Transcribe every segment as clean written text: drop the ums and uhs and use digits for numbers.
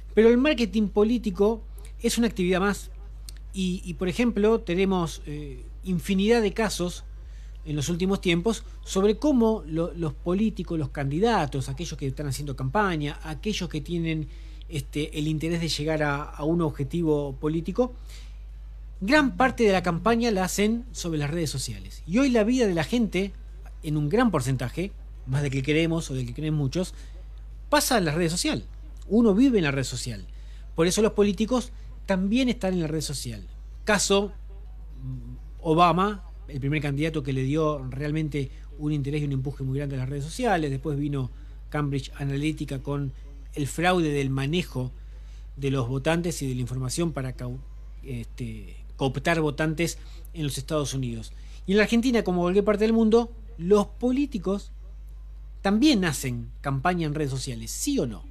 Pero el marketing político es una actividad más por ejemplo, tenemos infinidad de casos en los últimos tiempos sobre cómo los políticos, los candidatos, aquellos que están haciendo campaña, aquellos que tienen el interés de llegar a un objetivo político, gran parte de la campaña la hacen sobre las redes sociales. Y hoy la vida de la gente, en un gran porcentaje, más del que queremos o del que creen muchos, pasa en la red social. Uno vive en la red social. Por eso los políticos también están en la red social. Caso Obama, el primer candidato que le dio realmente un interés y un empuje muy grande a las redes sociales. Después vino Cambridge Analytica con el fraude del manejo de los votantes y de la información para cooptar votantes en los Estados Unidos. Y en la Argentina, como en cualquier parte del mundo, los políticos también hacen campaña en redes sociales, ¿sí o no?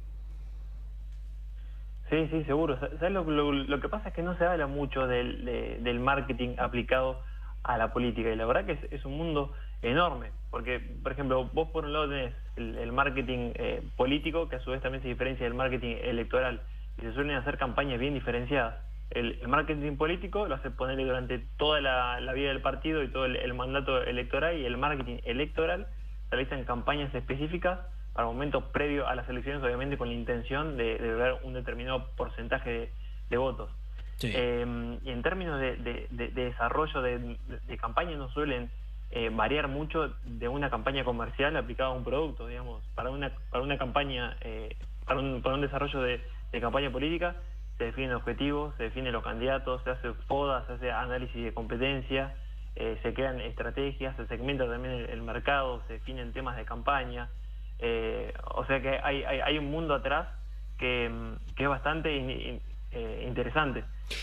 Sí, sí, seguro. ¿Sabes lo que pasa es que no se habla mucho del marketing aplicado a la política, y la verdad que es un mundo enorme, porque, por ejemplo, vos por un lado tenés el marketing político, que a su vez también se diferencia del marketing electoral, y se suelen hacer campañas bien diferenciadas. El marketing político lo hace ponerle durante toda la vida del partido y todo el mandato electoral, y el marketing electoral realizan campañas específicas para momentos previos a las elecciones, obviamente con la intención de lograr un determinado porcentaje de votos. Sí. Y en términos de desarrollo de campañas no suelen variar mucho de una campaña comercial aplicada a un producto, digamos. Para una campaña, para un desarrollo de campaña política, se definen objetivos, se definen los candidatos, se hace poda, se hace análisis de competencia, se crean estrategias, se segmenta también el mercado, se definen temas de campaña. O sea que hay un mundo atrás que es bastante interesante.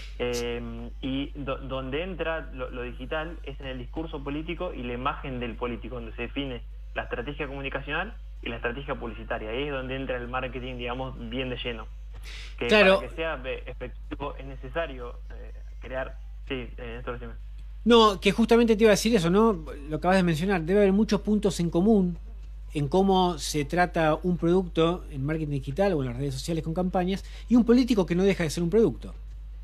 Donde entra lo digital es en el discurso político y la imagen del político, donde se define la estrategia comunicacional y la estrategia publicitaria. Ahí es donde entra el marketing, digamos, bien de lleno. Que claro. Para que sea efectivo es necesario crear... Sí, esto lo No, que justamente te iba a decir eso, ¿no? Lo acabas de mencionar, debe haber muchos puntos en común en cómo se trata un producto en marketing digital o en las redes sociales con campañas y un político que no deja de ser un producto.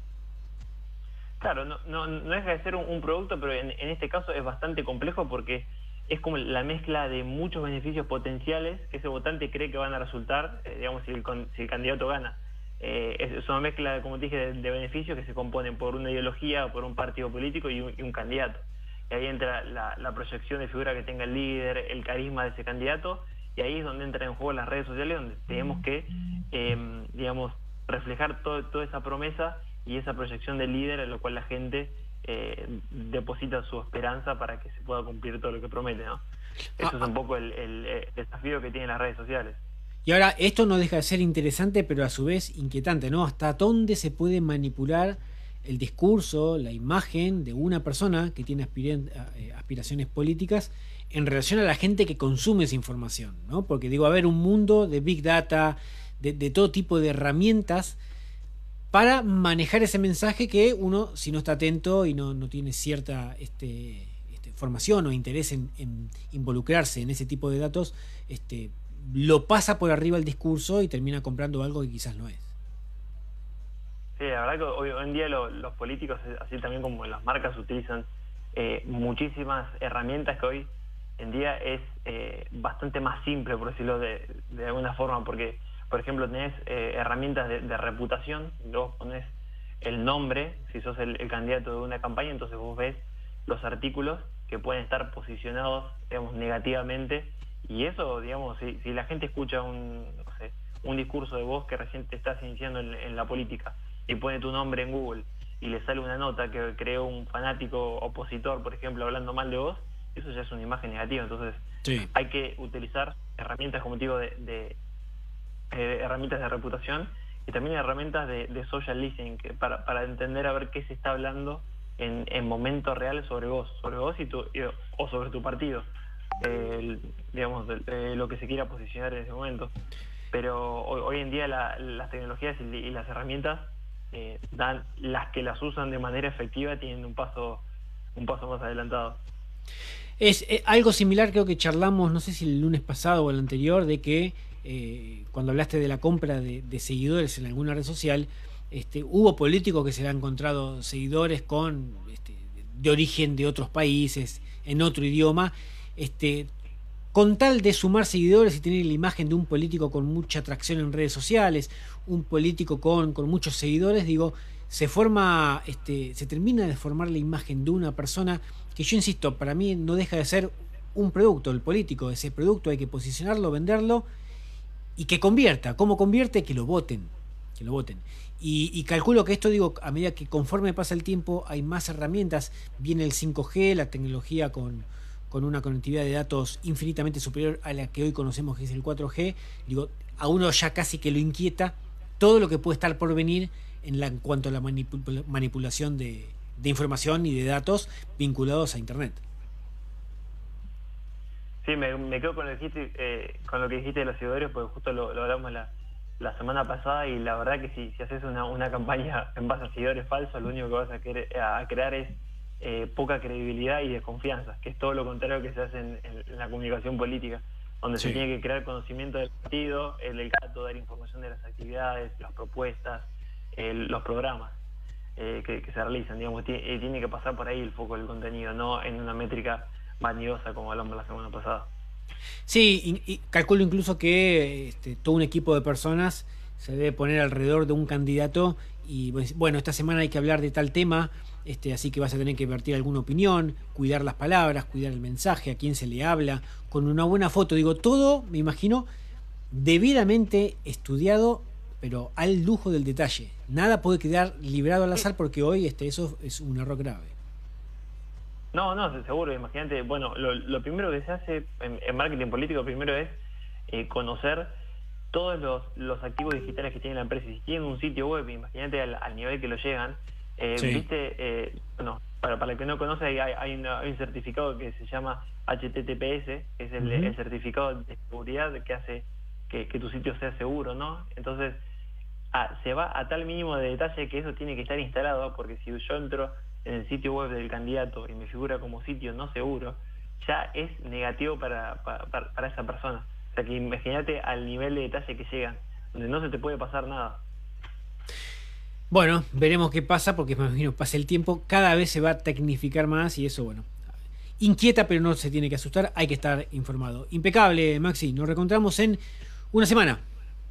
Claro, no deja de ser un producto, pero en este caso es bastante complejo porque es como la mezcla de muchos beneficios potenciales que ese votante cree que van a resultar, digamos, si el candidato gana. Es una mezcla, como te dije, de beneficios que se componen por una ideología, por un partido político y un candidato. Y ahí entra la proyección de figura que tenga el líder, el carisma de ese candidato, y ahí es donde entran en juego las redes sociales, donde tenemos que, digamos, reflejar toda esa promesa y esa proyección del líder, en lo cual la gente deposita su esperanza para que se pueda cumplir todo lo que promete, ¿no? Eso es un poco el desafío que tienen las redes sociales. Y ahora, esto no deja de ser interesante, pero a su vez inquietante, ¿no? ¿Hasta dónde se puede manipular el discurso, la imagen de una persona que tiene aspiraciones políticas en relación a la gente que consume esa información, ¿no? Porque digo, a ver, un mundo de big data, de todo tipo de herramientas para manejar ese mensaje que uno, si no está atento y no tiene cierta formación o interés en involucrarse en ese tipo de datos, lo pasa por arriba el discurso y termina comprando algo que quizás no es. Sí, la verdad que hoy en día los políticos, así también como las marcas, utilizan muchísimas herramientas que hoy en día es bastante más simple, por decirlo de alguna forma, porque, por ejemplo, tenés herramientas de reputación, vos ponés el nombre, si sos el candidato de una campaña, entonces vos ves los artículos que pueden estar posicionados, digamos, negativamente, y eso, digamos, si la gente escucha un discurso de vos que recién te estás iniciando en la política y pone tu nombre en Google y le sale una nota que creó un fanático opositor, por ejemplo, hablando mal de vos, eso ya es una imagen negativa. Entonces sí, hay que utilizar herramientas, como digo, herramientas de reputación y también herramientas de social listening para entender a ver qué se está hablando en momento real sobre vos o sobre tu partido, digamos, lo que se quiera posicionar en ese momento. Pero hoy en día las tecnologías y las herramientas las que las usan de manera efectiva tienen un paso más adelantado. Es algo similar, creo que charlamos, no sé si el lunes pasado o el anterior, de que cuando hablaste de la compra de seguidores en alguna red social, hubo políticos que se le han encontrado seguidores de origen de otros países, en otro idioma, con tal de sumar seguidores y tener la imagen de un político con mucha atracción en redes sociales, un político con muchos seguidores, digo, se termina de formar la imagen de una persona que, yo insisto, para mí no deja de ser un producto, el político. Ese producto hay que posicionarlo, venderlo y que convierta. ¿Cómo convierte? Que lo voten. Que lo voten. Y calculo que esto, digo, a medida que conforme pasa el tiempo hay más herramientas, viene el 5G, la tecnología con una conectividad de datos infinitamente superior a la que hoy conocemos, que es el 4G, digo, a uno ya casi que lo inquieta todo lo que puede estar por venir en cuanto a la manipulación de información y de datos vinculados a Internet. Sí, me quedo con lo que dijiste de los seguidores, porque justo lo hablamos la semana pasada, y la verdad que si haces una campaña en base a seguidores falsos, lo único que vas a crear es poca credibilidad y desconfianza, que es todo lo contrario que se hace en la comunicación política, donde se tiene que crear conocimiento del partido, el candidato, dar información de las actividades, las propuestas, los programas que se realizan, digamos, tiene que pasar por ahí el foco del contenido, no en una métrica vanidosa como hablamos la semana pasada. Sí, y calculo incluso que todo un equipo de personas se debe poner alrededor de un candidato y, bueno, esta semana hay que hablar de tal tema, así que vas a tener que vertir alguna opinión, cuidar las palabras, cuidar el mensaje, a quién se le habla, con una buena foto, digo, todo, me imagino, debidamente estudiado, pero al lujo del detalle. Nada puede quedar librado al azar, porque hoy eso es un error grave. No, seguro, imagínate, bueno, lo primero que se hace en marketing político primero es conocer todos los activos digitales que tiene la empresa. Si tienen un sitio web, imagínate al nivel que lo llegan. Viste, bueno, para el que no conoce, hay un certificado que se llama HTTPS, que es el certificado de seguridad que hace que tu sitio sea seguro, ¿no? Entonces, se va a tal mínimo de detalle que eso tiene que estar instalado, porque si yo entro en el sitio web del candidato y me figura como sitio no seguro, ya es negativo para esa persona. O sea que imagínate al nivel de detalle que llegan, donde no se te puede pasar nada. Bueno, veremos qué pasa, porque me imagino pasa el tiempo, cada vez se va a tecnificar más y eso, bueno, inquieta, pero no se tiene que asustar, hay que estar informado. Impecable, Maxi, nos reencontramos en una semana.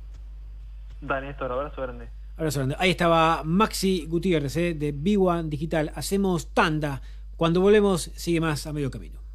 Dale, Néstor, abrazo grande. Abrazo grande. Ahí estaba Maxi Gutiérrez, de B1 Digital. Hacemos tanda. Cuando volvemos, sigue más a medio camino.